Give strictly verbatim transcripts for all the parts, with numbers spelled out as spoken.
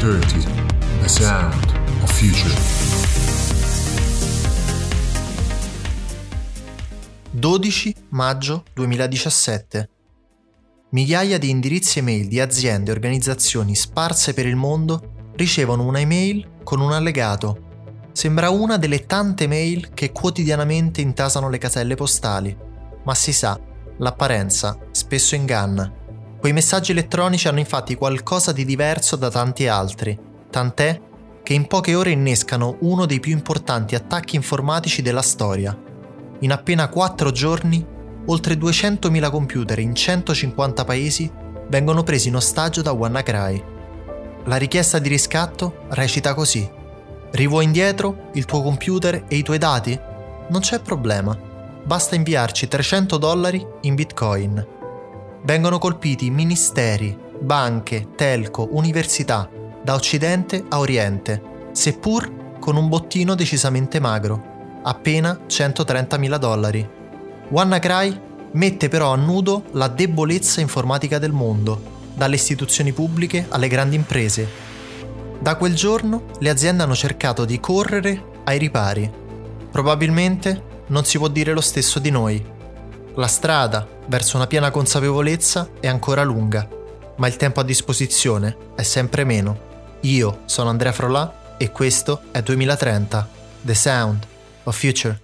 thirty, the sound of future. dodici maggio duemiladiciassette. Migliaia di indirizzi email di aziende e organizzazioni sparse per il mondo ricevono una email con un allegato. Sembra una delle tante mail che quotidianamente intasano le caselle postali, ma si sa, l'apparenza spesso inganna. Quei messaggi elettronici hanno infatti qualcosa di diverso da tanti altri, tant'è che in poche ore innescano uno dei più importanti attacchi informatici della storia. In appena quattro giorni, oltre duecentomila computer in centocinquanta paesi vengono presi in ostaggio da WannaCry. La richiesta di riscatto recita così: rivuoi indietro il tuo computer e i tuoi dati? Non c'è problema, basta inviarci trecento dollari in bitcoin. Vengono colpiti ministeri, banche, telco, università, da occidente a oriente, seppur con un bottino decisamente magro, appena centotrentamila dollari. WannaCry mette però a nudo la debolezza informatica del mondo, dalle istituzioni pubbliche alle grandi imprese. Da quel giorno le aziende hanno cercato di correre ai ripari. Probabilmente non si può dire lo stesso di noi. La strada verso una piena consapevolezza è ancora lunga, ma il tempo a disposizione è sempre meno. Io sono Andrea Frolà e questo è duemilatrenta, The Sound of Future.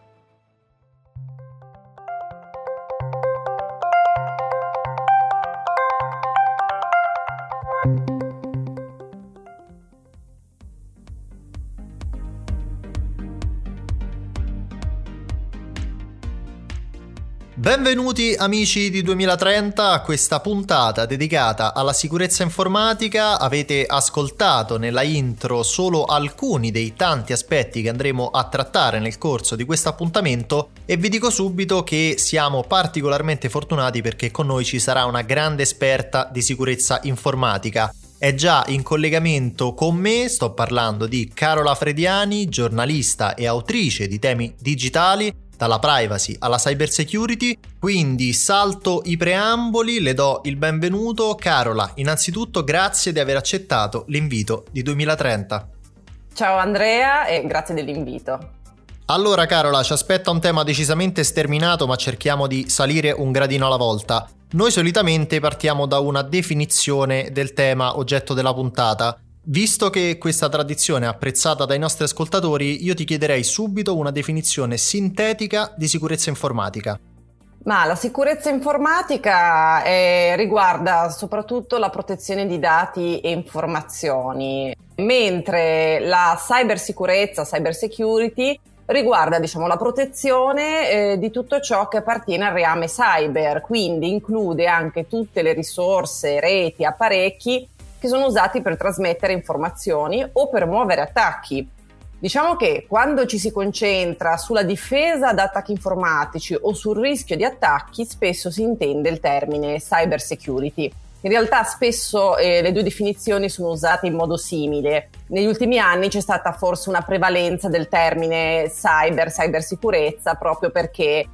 Benvenuti amici di duemilatrenta a questa puntata dedicata alla sicurezza informatica. Avete ascoltato nella intro solo alcuni dei tanti aspetti che andremo a trattare nel corso di questo appuntamento e vi dico subito che siamo particolarmente fortunati perché con noi ci sarà una grande esperta di sicurezza informatica. È già in collegamento con me, sto parlando di Carola Frediani, giornalista e autrice di temi digitali, dalla privacy alla cyber security, quindi salto i preamboli, le do il benvenuto. Carola, innanzitutto grazie di aver accettato l'invito di duemilatrenta. Ciao Andrea e grazie dell'invito. Allora Carola, ci aspetta un tema decisamente sterminato, ma cerchiamo di salire un gradino alla volta. Noi solitamente partiamo da una definizione del tema oggetto della puntata. Visto che questa tradizione è apprezzata dai nostri ascoltatori, io ti chiederei subito una definizione sintetica di sicurezza informatica. Ma la sicurezza informatica eh, riguarda soprattutto la protezione di dati e informazioni, mentre la cybersicurezza, cyber security, riguarda diciamo la protezione eh, di tutto ciò che appartiene al reame cyber, quindi include anche tutte le risorse, reti, apparecchi che sono usati per trasmettere informazioni o per muovere attacchi. Diciamo che quando ci si concentra sulla difesa da attacchi informatici o sul rischio di attacchi, spesso si intende il termine cyber security. In realtà spesso eh, le due definizioni sono usate in modo simile. Negli ultimi anni c'è stata forse una prevalenza del termine cyber, cybersicurezza, proprio perché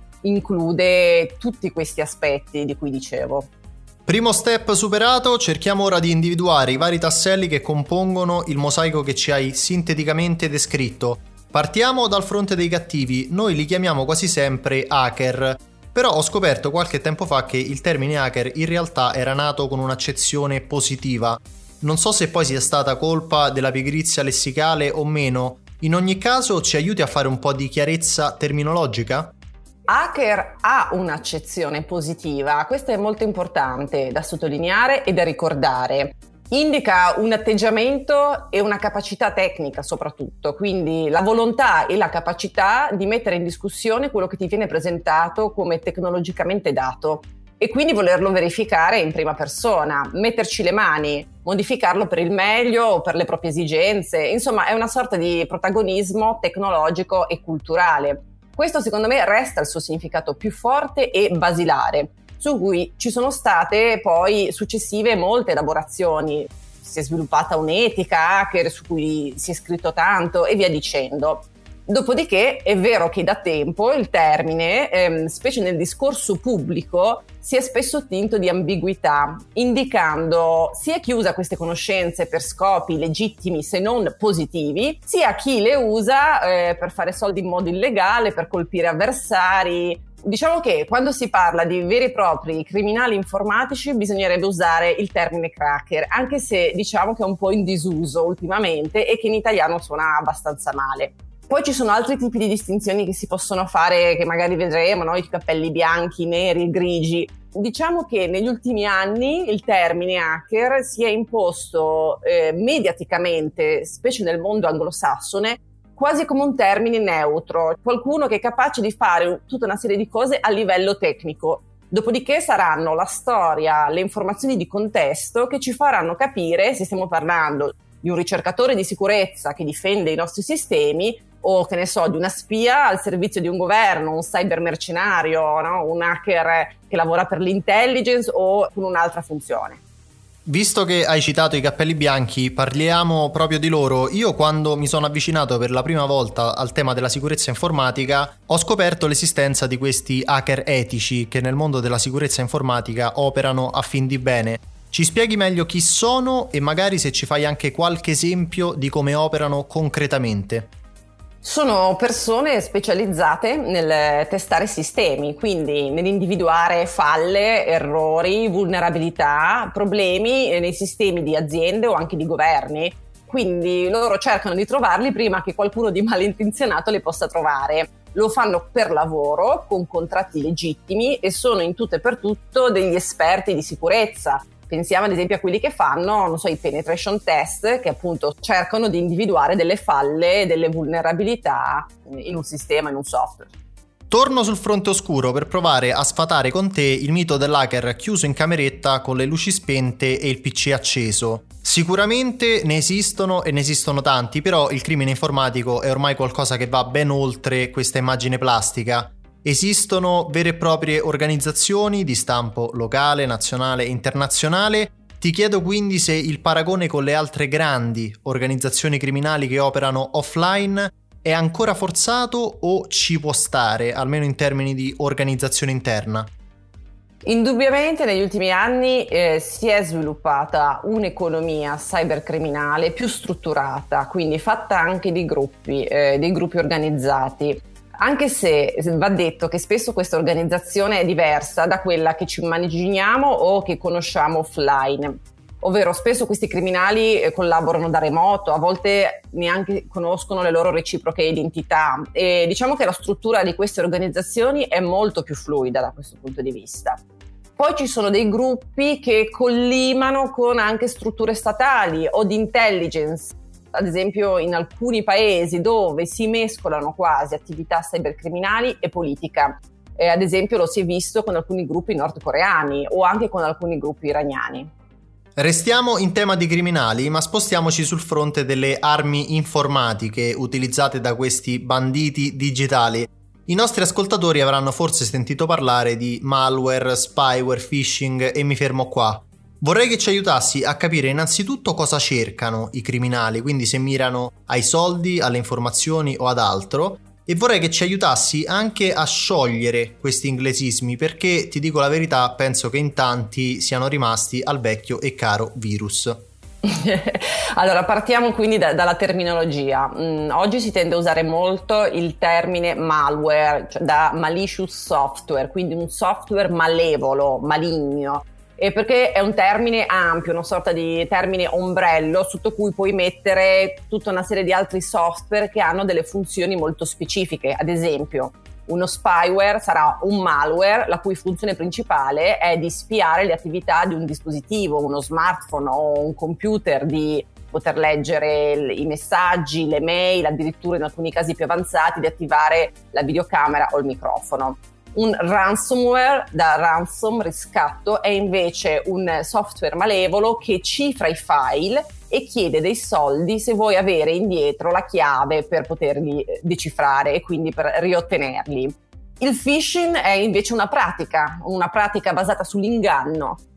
include tutti questi aspetti di cui dicevo. Primo step superato, cerchiamo ora di individuare i vari tasselli che compongono il mosaico che ci hai sinteticamente descritto. Partiamo dal fronte dei cattivi, noi li chiamiamo quasi sempre hacker, però ho scoperto qualche tempo fa che il termine hacker in realtà era nato con un'accezione positiva. Non so se poi sia stata colpa della pigrizia lessicale o meno, in ogni caso ci aiuti a fare un po' di chiarezza terminologica? Hacker ha un'accezione positiva, questo è molto importante da sottolineare e da ricordare. Indica un atteggiamento e una capacità tecnica soprattutto, quindi la volontà e la capacità di mettere in discussione quello che ti viene presentato come tecnologicamente dato e quindi volerlo verificare in prima persona, metterci le mani, modificarlo per il meglio o per le proprie esigenze, insomma è una sorta di protagonismo tecnologico e culturale. Questo secondo me resta il suo significato più forte e basilare, su cui ci sono state poi successive molte elaborazioni. Si è sviluppata un'etica hacker su cui si è scritto tanto e via dicendo. Dopodiché è vero che da tempo il termine, ehm, specie nel discorso pubblico, si è spesso tinto di ambiguità, indicando sia chi usa queste conoscenze per scopi legittimi se non positivi, sia chi le usa eh, per fare soldi in modo illegale, per colpire avversari. Diciamo che quando si parla di veri e propri criminali informatici bisognerebbe usare il termine cracker, anche se diciamo che è un po' in disuso ultimamente e che in italiano suona abbastanza male. Poi ci sono altri tipi di distinzioni che si possono fare, che magari vedremo, no? I capelli bianchi, neri, grigi. Diciamo che negli ultimi anni il termine hacker si è imposto eh, mediaticamente, specie nel mondo anglosassone, quasi come un termine neutro, qualcuno che è capace di fare tutta una serie di cose a livello tecnico. Dopodiché saranno la storia, le informazioni di contesto che ci faranno capire se stiamo parlando di un ricercatore di sicurezza che difende i nostri sistemi o, che ne so, di una spia al servizio di un governo, un cybermercenario, no? Un hacker che lavora per l'intelligence o con un'altra funzione. Visto che hai citato i cappelli bianchi, parliamo proprio di loro. Io, quando mi sono avvicinato per la prima volta al tema della sicurezza informatica, ho scoperto l'esistenza di questi hacker etici che nel mondo della sicurezza informatica operano a fin di bene. Ci spieghi meglio chi sono e magari se ci fai anche qualche esempio di come operano concretamente? Sono persone specializzate nel testare sistemi, quindi nell'individuare falle, errori, vulnerabilità, problemi nei sistemi di aziende o anche di governi. Quindi loro cercano di trovarli prima che qualcuno di malintenzionato li possa trovare. Lo fanno per lavoro, con contratti legittimi e sono in tutto e per tutto degli esperti di sicurezza. Pensiamo ad esempio a quelli che fanno, non so, i penetration test, che appunto cercano di individuare delle falle, delle vulnerabilità in un sistema, in un software. Torno sul fronte oscuro per provare a sfatare con te il mito dell'hacker chiuso in cameretta con le luci spente e il P C acceso. Sicuramente ne esistono e ne esistono tanti, però il crimine informatico è ormai qualcosa che va ben oltre questa immagine plastica. Esistono vere e proprie organizzazioni di stampo locale, nazionale e internazionale. Ti chiedo quindi se il paragone con le altre grandi organizzazioni criminali che operano offline è ancora forzato o ci può stare, almeno in termini di organizzazione interna? Indubbiamente negli ultimi anni eh, si è sviluppata un'economia cybercriminale più strutturata, quindi fatta anche di gruppi, eh, dei gruppi organizzati. Anche se va detto che spesso questa organizzazione è diversa da quella che ci immaginiamo o che conosciamo offline. Ovvero spesso questi criminali collaborano da remoto, a volte neanche conoscono le loro reciproche identità e diciamo che la struttura di queste organizzazioni è molto più fluida da questo punto di vista. Poi ci sono dei gruppi che collimano con anche strutture statali o di intelligence. Ad esempio in alcuni paesi dove si mescolano quasi attività cybercriminali e politica. Eh, ad esempio lo si è visto con alcuni gruppi nordcoreani o anche con alcuni gruppi iraniani. Restiamo in tema di criminali, ma spostiamoci sul fronte delle armi informatiche utilizzate da questi banditi digitali. I nostri ascoltatori avranno forse sentito parlare di malware, spyware, phishing e mi fermo qua. Vorrei che ci aiutassi a capire innanzitutto cosa cercano i criminali, quindi se mirano ai soldi, alle informazioni o ad altro, e vorrei che ci aiutassi anche a sciogliere questi inglesismi, perché ti dico la verità, penso che in tanti siano rimasti al vecchio e caro virus. Allora partiamo quindi da, dalla terminologia. Mm, oggi si tende a usare molto il termine malware, cioè da malicious software, quindi un software malevolo, maligno. E perché è un termine ampio, una sorta di termine ombrello sotto cui puoi mettere tutta una serie di altri software che hanno delle funzioni molto specifiche. Ad esempio, uno spyware sarà un malware la cui funzione principale è di spiare le attività di un dispositivo, uno smartphone o un computer, di poter leggere i messaggi, le mail, addirittura in alcuni casi più avanzati di attivare la videocamera o il microfono. Un ransomware, da ransom, riscatto, è invece un software malevolo che cifra i file e chiede dei soldi se vuoi avere indietro la chiave per poterli decifrare e quindi per riottenerli. Il phishing è invece una pratica, una pratica basata sull'inganno,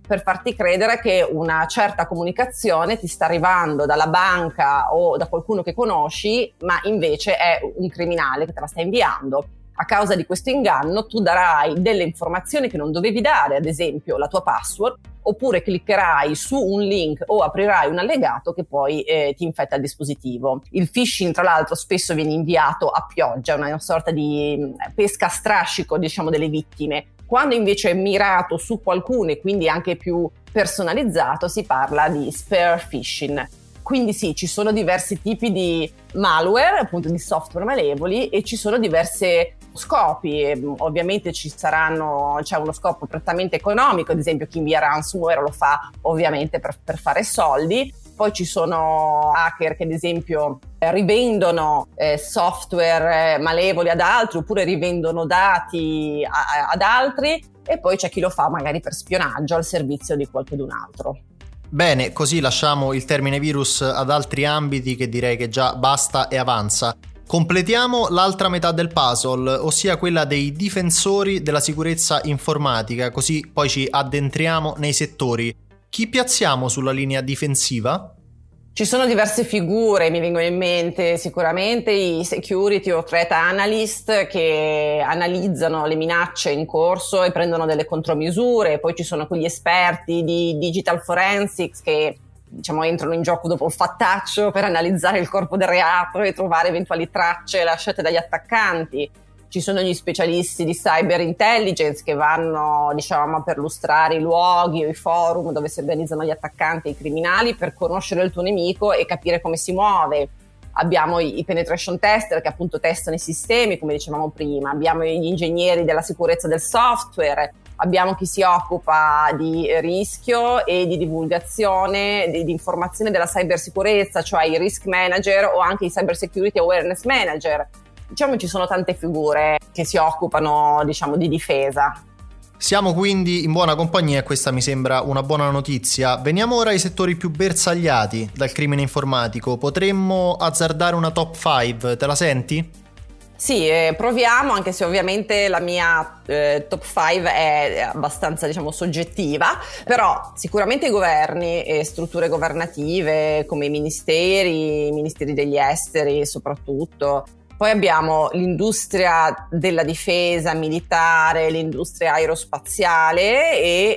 per farti credere che una certa comunicazione ti sta arrivando dalla banca o da qualcuno che conosci, ma invece è un criminale che te la sta inviando. A causa di questo inganno tu darai delle informazioni che non dovevi dare, ad esempio la tua password, oppure cliccherai su un link o aprirai un allegato che poi eh, ti infetta il dispositivo. Il phishing, tra l'altro, spesso viene inviato a pioggia, una sorta di pesca a strascico, diciamo, delle vittime. Quando invece è mirato su qualcuno e quindi anche più personalizzato, si parla di spear phishing. Quindi sì, ci sono diversi tipi di malware, appunto di software malevoli, e ci sono diversi scopi. E, ovviamente ci saranno, c'è uno scopo prettamente economico, ad esempio chi invia ransomware lo fa ovviamente per, per fare soldi. Poi ci sono hacker che ad esempio rivendono eh, software malevoli ad altri, oppure rivendono dati a, a, ad altri, e poi c'è chi lo fa magari per spionaggio al servizio di qualcun altro. Bene, così lasciamo il termine virus ad altri ambiti che direi che già basta e avanza. Completiamo l'altra metà del puzzle, ossia quella dei difensori della sicurezza informatica, così poi ci addentriamo nei settori. Chi piazziamo sulla linea difensiva? Ci sono diverse figure, mi vengono in mente sicuramente i security o threat analyst che analizzano le minacce in corso e prendono delle contromisure. Poi ci sono quegli esperti di digital forensics che, diciamo, entrano in gioco dopo il fattaccio per analizzare il corpo del reato e trovare eventuali tracce lasciate dagli attaccanti. Ci sono gli specialisti di cyber intelligence che vanno, diciamo, a perlustrare i luoghi o i forum dove si organizzano gli attaccanti e i criminali per conoscere il tuo nemico e capire come si muove. Abbiamo i, i penetration tester che appunto testano i sistemi, come dicevamo prima. Abbiamo gli ingegneri della sicurezza del software. Abbiamo chi si occupa di rischio e di divulgazione, di, di informazione della cybersicurezza, cioè i risk manager o anche i cyber security awareness manager. Diciamo ci sono tante figure che si occupano, diciamo, di difesa. Siamo quindi in buona compagnia e questa mi sembra una buona notizia. Veniamo ora ai settori più bersagliati dal crimine informatico. Potremmo azzardare una top cinque, te la senti? Sì, eh, proviamo, anche se ovviamente la mia eh, top cinque è abbastanza, diciamo, soggettiva, però sicuramente i governi e strutture governative come i ministeri, i ministeri degli esteri soprattutto. Poi abbiamo l'industria della difesa militare, l'industria aerospaziale e,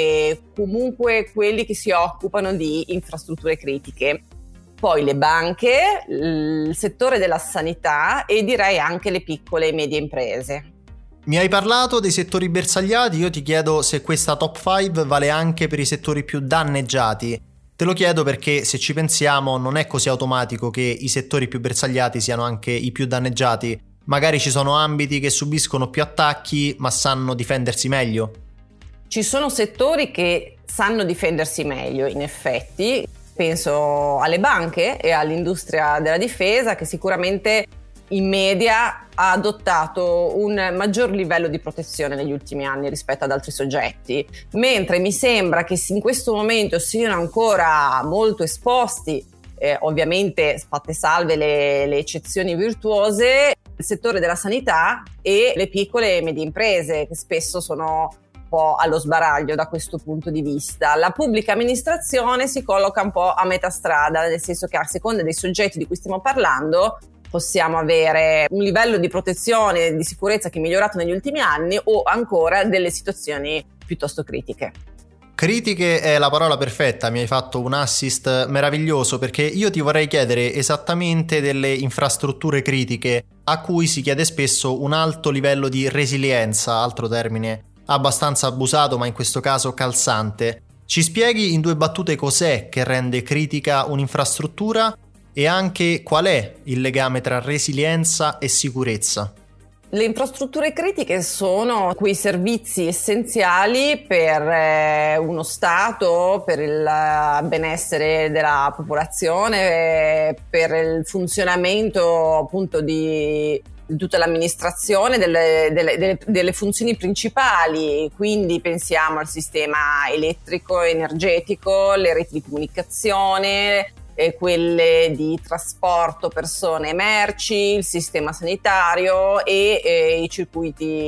e comunque quelli che si occupano di infrastrutture critiche. Poi le banche, il settore della sanità e direi anche le piccole e medie imprese. Mi hai parlato dei settori bersagliati, io ti chiedo se questa top cinque vale anche per i settori più danneggiati. Te lo chiedo perché, se ci pensiamo, non è così automatico che i settori più bersagliati siano anche i più danneggiati. Magari ci sono ambiti che subiscono più attacchi ma sanno difendersi meglio. Ci sono settori che sanno difendersi meglio, in effetti. Penso alle banche e all'industria della difesa, che sicuramente in media ha adottato un maggior livello di protezione negli ultimi anni rispetto ad altri soggetti, mentre mi sembra che in questo momento siano ancora molto esposti, eh, ovviamente fatte salve le, le eccezioni virtuose, il settore della sanità e le piccole e medie imprese, che spesso sono un po' allo sbaraglio da questo punto di vista. La pubblica amministrazione si colloca un po' a metà strada, nel senso che a seconda dei soggetti di cui stiamo parlando possiamo avere un livello di protezione e di sicurezza che è migliorato negli ultimi anni o ancora delle situazioni piuttosto critiche. Critiche è la parola perfetta, mi hai fatto un assist meraviglioso, perché io ti vorrei chiedere esattamente delle infrastrutture critiche a cui si chiede spesso un alto livello di resilienza, altro termine abbastanza abusato ma in questo caso calzante. Ci spieghi in due battute cos'è che rende critica un'infrastruttura e anche qual è il legame tra resilienza e sicurezza? Le infrastrutture critiche sono quei servizi essenziali per eh, uno Stato, per il benessere della popolazione, eh, per il funzionamento appunto di, di tutta l'amministrazione delle, delle, delle, delle funzioni principali. Quindi pensiamo al sistema elettrico, energetico, le reti di comunicazione, e quelle di trasporto persone e merci, il sistema sanitario e, e i circuiti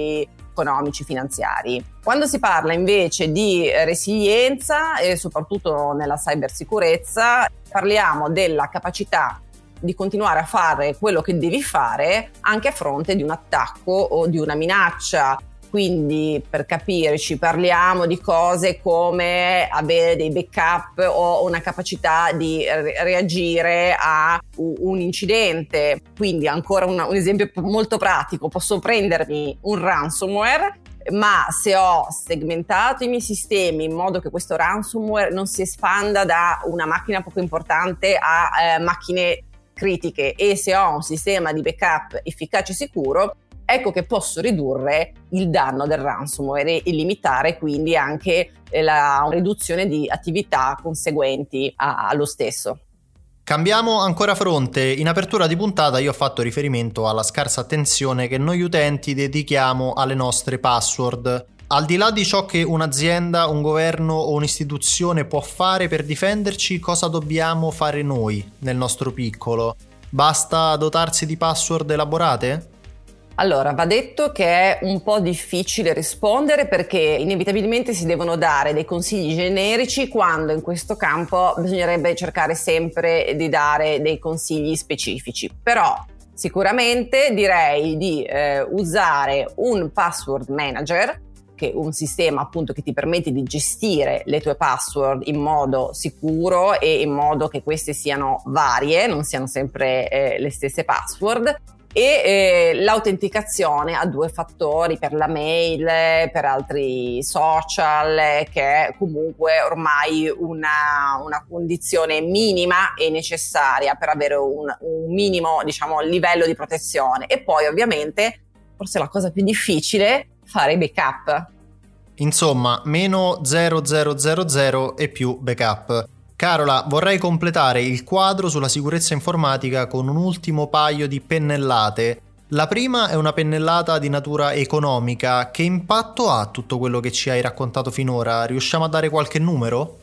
economici, finanziari. Quando si parla invece di resilienza e soprattutto nella cybersicurezza, parliamo della capacità di continuare a fare quello che devi fare anche a fronte di un attacco o di una minaccia. Quindi, per capirci, parliamo di cose come avere dei backup o una capacità di re- reagire a un incidente. Quindi, ancora un, un esempio molto pratico: posso prendermi un ransomware, ma se ho segmentato i miei sistemi in modo che questo ransomware non si espanda da una macchina poco importante a eh, macchine critiche, e se ho un sistema di backup efficace e sicuro, ecco che posso ridurre il danno del ransomware e limitare quindi anche la riduzione di attività conseguenti a, allo stesso. Cambiamo ancora fronte. In apertura di puntata io ho fatto riferimento alla scarsa attenzione che noi utenti dedichiamo alle nostre password. Al di là di ciò che un'azienda, un governo o un'istituzione può fare per difenderci, cosa dobbiamo fare noi nel nostro piccolo? Basta dotarsi di password elaborate? Allora, va detto che è un po' difficile rispondere, perché inevitabilmente si devono dare dei consigli generici, quando in questo campo bisognerebbe cercare sempre di dare dei consigli specifici. Però sicuramente direi di eh, usare un password manager, che è un sistema appunto che ti permette di gestire le tue password in modo sicuro e in modo che queste siano varie, non siano sempre eh, le stesse password. E eh, l'autenticazione a due fattori per la mail, per altri social, eh, che è comunque ormai una, una condizione minima e necessaria per avere un, un minimo, diciamo, livello di protezione. E poi ovviamente, forse la cosa più difficile, fare i backup. Insomma, meno zero zero zero zero e più backup. Carola, vorrei completare il quadro sulla sicurezza informatica con un ultimo paio di pennellate. La prima è una pennellata di natura economica. Che impatto ha tutto quello che ci hai raccontato finora? Riusciamo a dare qualche numero?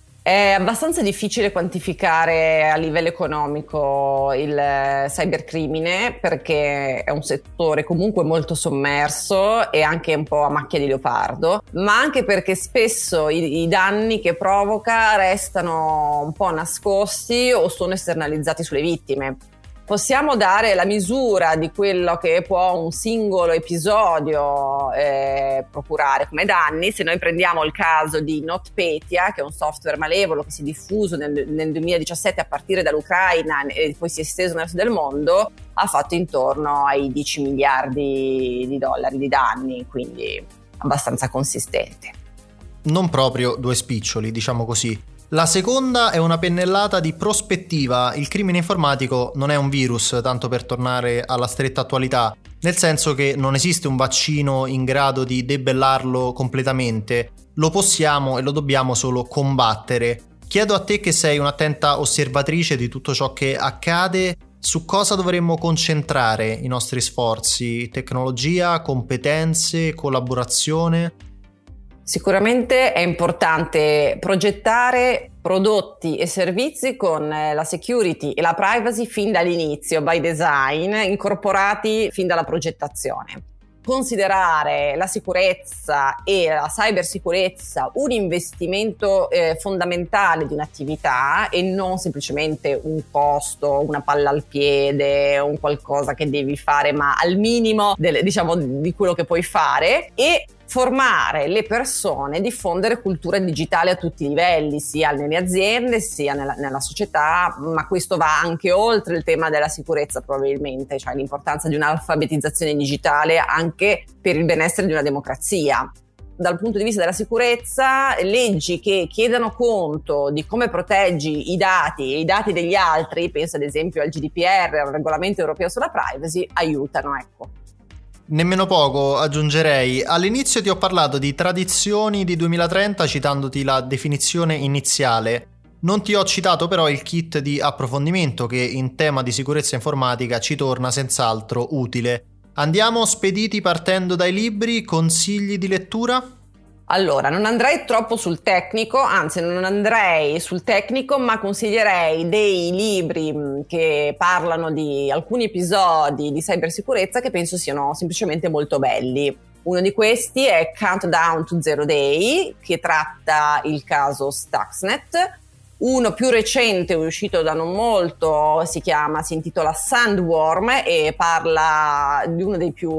È abbastanza difficile quantificare a livello economico il cybercrimine, perché è un settore comunque molto sommerso e anche un po' a macchia di leopardo, ma anche perché spesso i, i danni che provoca restano un po' nascosti o sono esternalizzati sulle vittime. Possiamo dare la misura di quello che può un singolo episodio eh, procurare come danni. Se noi prendiamo il caso di NotPetya, che è un software malevolo che si è diffuso nel, nel duemiladiciassette a partire dall'Ucraina e poi si è esteso nel resto del mondo, ha fatto intorno ai dieci miliardi di dollari di danni, quindi abbastanza consistente. Non proprio due spiccioli, diciamo così. La seconda è una pennellata di prospettiva. Il crimine informatico non è un virus, tanto per tornare alla stretta attualità, nel senso che non esiste un vaccino in grado di debellarlo completamente. Lo possiamo e lo dobbiamo solo combattere. Chiedo a te, che sei un'attenta osservatrice di tutto ciò che accade, su cosa dovremmo concentrare i nostri sforzi? Tecnologia, competenze, collaborazione? Sicuramente è importante progettare prodotti e servizi con la security e la privacy fin dall'inizio, by design, incorporati fin dalla progettazione. Considerare la sicurezza e la cybersicurezza un investimento eh, fondamentale di un'attività e non semplicemente un costo, una palla al piede, un qualcosa che devi fare ma al minimo del, diciamo, di quello che puoi fare, e formare le persone, diffondere cultura digitale a tutti i livelli, sia nelle aziende sia nella, nella società, ma questo va anche oltre il tema della sicurezza probabilmente, cioè l'importanza di un'alfabetizzazione digitale anche per il benessere di una democrazia. Dal punto di vista della sicurezza, leggi che chiedano conto di come proteggi i dati e i dati degli altri, penso ad esempio al G D P R, al regolamento europeo sulla privacy, aiutano, ecco. Nemmeno poco, aggiungerei. All'inizio ti ho parlato di tradizioni di duemilatrenta citandoti la definizione iniziale. Non ti ho citato però il kit di approfondimento che in tema di sicurezza informatica ci torna senz'altro utile. Andiamo spediti partendo dai libri, consigli di lettura? Allora, non andrei troppo sul tecnico, anzi non andrei sul tecnico, ma consiglierei dei libri che parlano di alcuni episodi di cybersicurezza che penso siano semplicemente molto belli. Uno di questi è Countdown to Zero Day, che tratta il caso Stuxnet. Uno più recente, uscito da non molto, si chiama, si intitola Sandworm e parla di uno dei più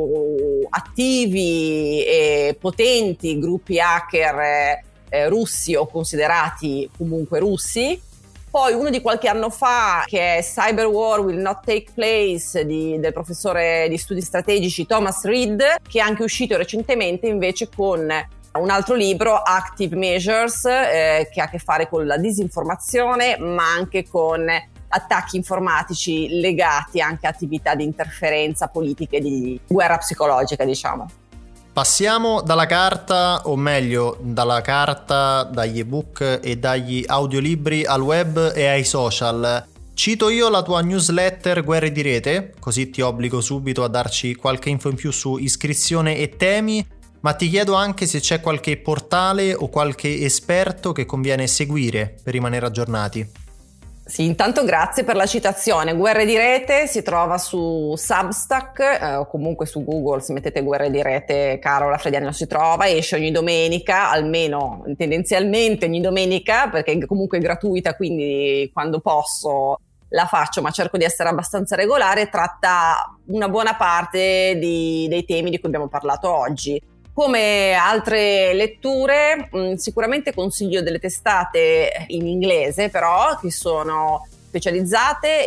attivi e potenti gruppi hacker eh, russi o considerati comunque russi. Poi uno di qualche anno fa, che è Cyber War Will Not Take Place, di, del professore di studi strategici Thomas Reed, che è anche uscito recentemente invece con un altro libro, Active Measures, eh, che ha a che fare con la disinformazione, ma anche con attacchi informatici legati anche a attività di interferenza politica e di guerra psicologica, diciamo. Passiamo dalla carta, o meglio, dalla carta, dagli ebook e dagli audiolibri al web e ai social. Cito io la tua newsletter Guerre di Rete, così ti obbligo subito a darci qualche info in più su iscrizione e temi, ma ti chiedo anche se c'è qualche portale o qualche esperto che conviene seguire per rimanere aggiornati. Sì, intanto grazie per la citazione. Guerre di Rete si trova su Substack eh, o comunque su Google, se mettete Guerre di Rete Carola Frediani si trova, esce ogni domenica, almeno tendenzialmente ogni domenica, perché comunque è gratuita, quindi quando posso la faccio, ma cerco di essere abbastanza regolare. Tratta una buona parte di, dei temi di cui abbiamo parlato oggi. Come altre letture, mh, sicuramente consiglio delle testate in inglese, però, che sono specializzate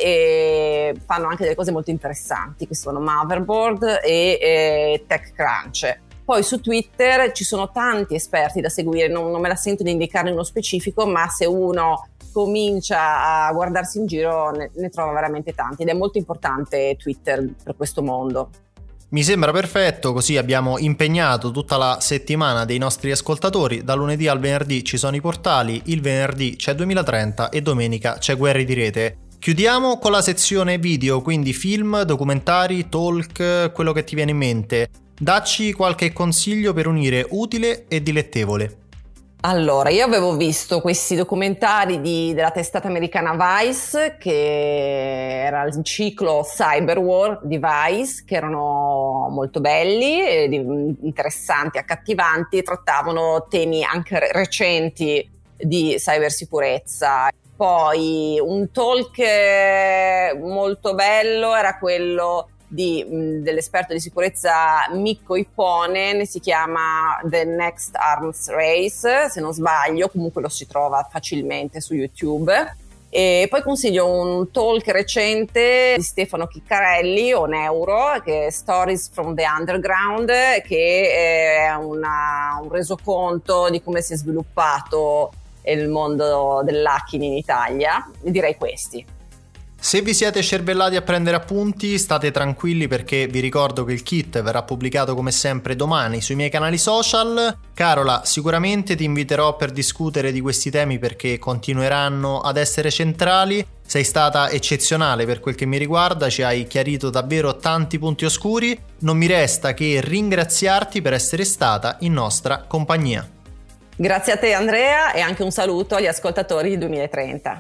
e fanno anche delle cose molto interessanti, che sono Motherboard e eh, TechCrunch. Poi su Twitter ci sono tanti esperti da seguire, non, non me la sento di indicarne uno specifico, ma se uno comincia a guardarsi in giro ne, ne trova veramente tanti, ed è molto importante Twitter per questo mondo. Mi sembra perfetto, così abbiamo impegnato tutta la settimana dei nostri ascoltatori. Da lunedì al venerdì ci sono i portali, il venerdì c'è duemilatrenta e domenica c'è Guerre di Rete. Chiudiamo con la sezione video, quindi film, documentari, talk, quello che ti viene in mente. Dacci qualche consiglio per unire utile e dilettevole. Allora, io avevo visto questi documentari di, della testata americana Vice, che era il ciclo Cyber War di Vice, che erano molto belli, eh, interessanti, accattivanti, trattavano temi anche recenti di cybersicurezza. Poi un talk molto bello era quello Di, mh, dell'esperto di sicurezza Mikko Ipponen, si chiama The Next Arms Race, se non sbaglio, comunque lo si trova facilmente su YouTube. E poi consiglio un talk recente di Stefano Chiccarelli, o Neuro, che è Stories from the Underground, che è una, un resoconto di come si è sviluppato il mondo dell'hacking in Italia. Direi questi. Se vi siete scervellati a prendere appunti, state tranquilli, perché vi ricordo che il kit verrà pubblicato come sempre domani sui miei canali social. Carola, sicuramente ti inviterò per discutere di questi temi, perché continueranno ad essere centrali. Sei stata eccezionale per quel che mi riguarda, ci hai chiarito davvero tanti punti oscuri. Non mi resta che ringraziarti per essere stata in nostra compagnia. Grazie a te Andrea, e anche un saluto agli ascoltatori di duemilatrenta.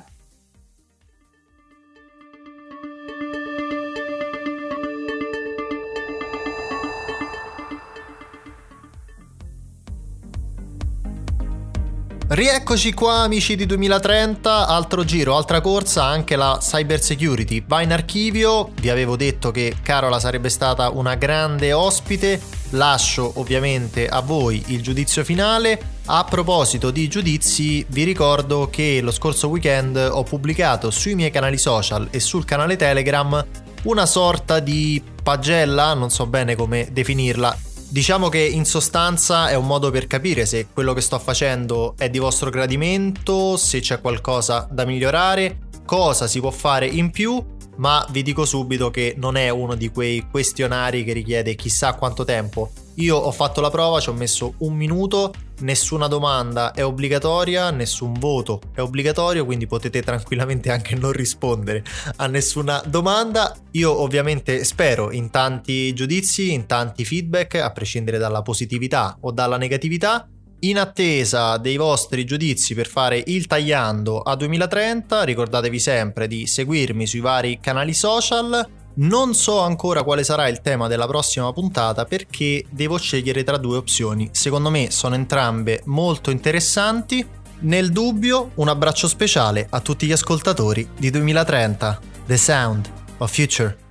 Rieccoci qua amici di duemilatrenta, altro giro, altra corsa, anche la cyber security va in archivio. Vi avevo detto che Carola sarebbe stata una grande ospite, lascio ovviamente a voi il giudizio finale. A proposito di giudizi, vi ricordo che lo scorso weekend ho pubblicato sui miei canali social e sul canale Telegram una sorta di pagella, non so bene come definirla. Diciamo che in sostanza è un modo per capire se quello che sto facendo è di vostro gradimento, se c'è qualcosa da migliorare, cosa si può fare in più, ma vi dico subito che non è uno di quei questionari che richiede chissà quanto tempo. Io ho fatto la prova, ci ho messo un minuto, nessuna domanda è obbligatoria, nessun voto è obbligatorio, quindi potete tranquillamente anche non rispondere a nessuna domanda. Io ovviamente spero in tanti giudizi, in tanti feedback, a prescindere dalla positività o dalla negatività. In attesa dei vostri giudizi per fare il tagliando a duemilatrenta, ricordatevi sempre di seguirmi sui vari canali social. Non so ancora quale sarà il tema della prossima puntata perché devo scegliere tra due opzioni. Secondo me sono entrambe molto interessanti. Nel dubbio, un abbraccio speciale a tutti gli ascoltatori di duemilatrenta, The Sound of Future.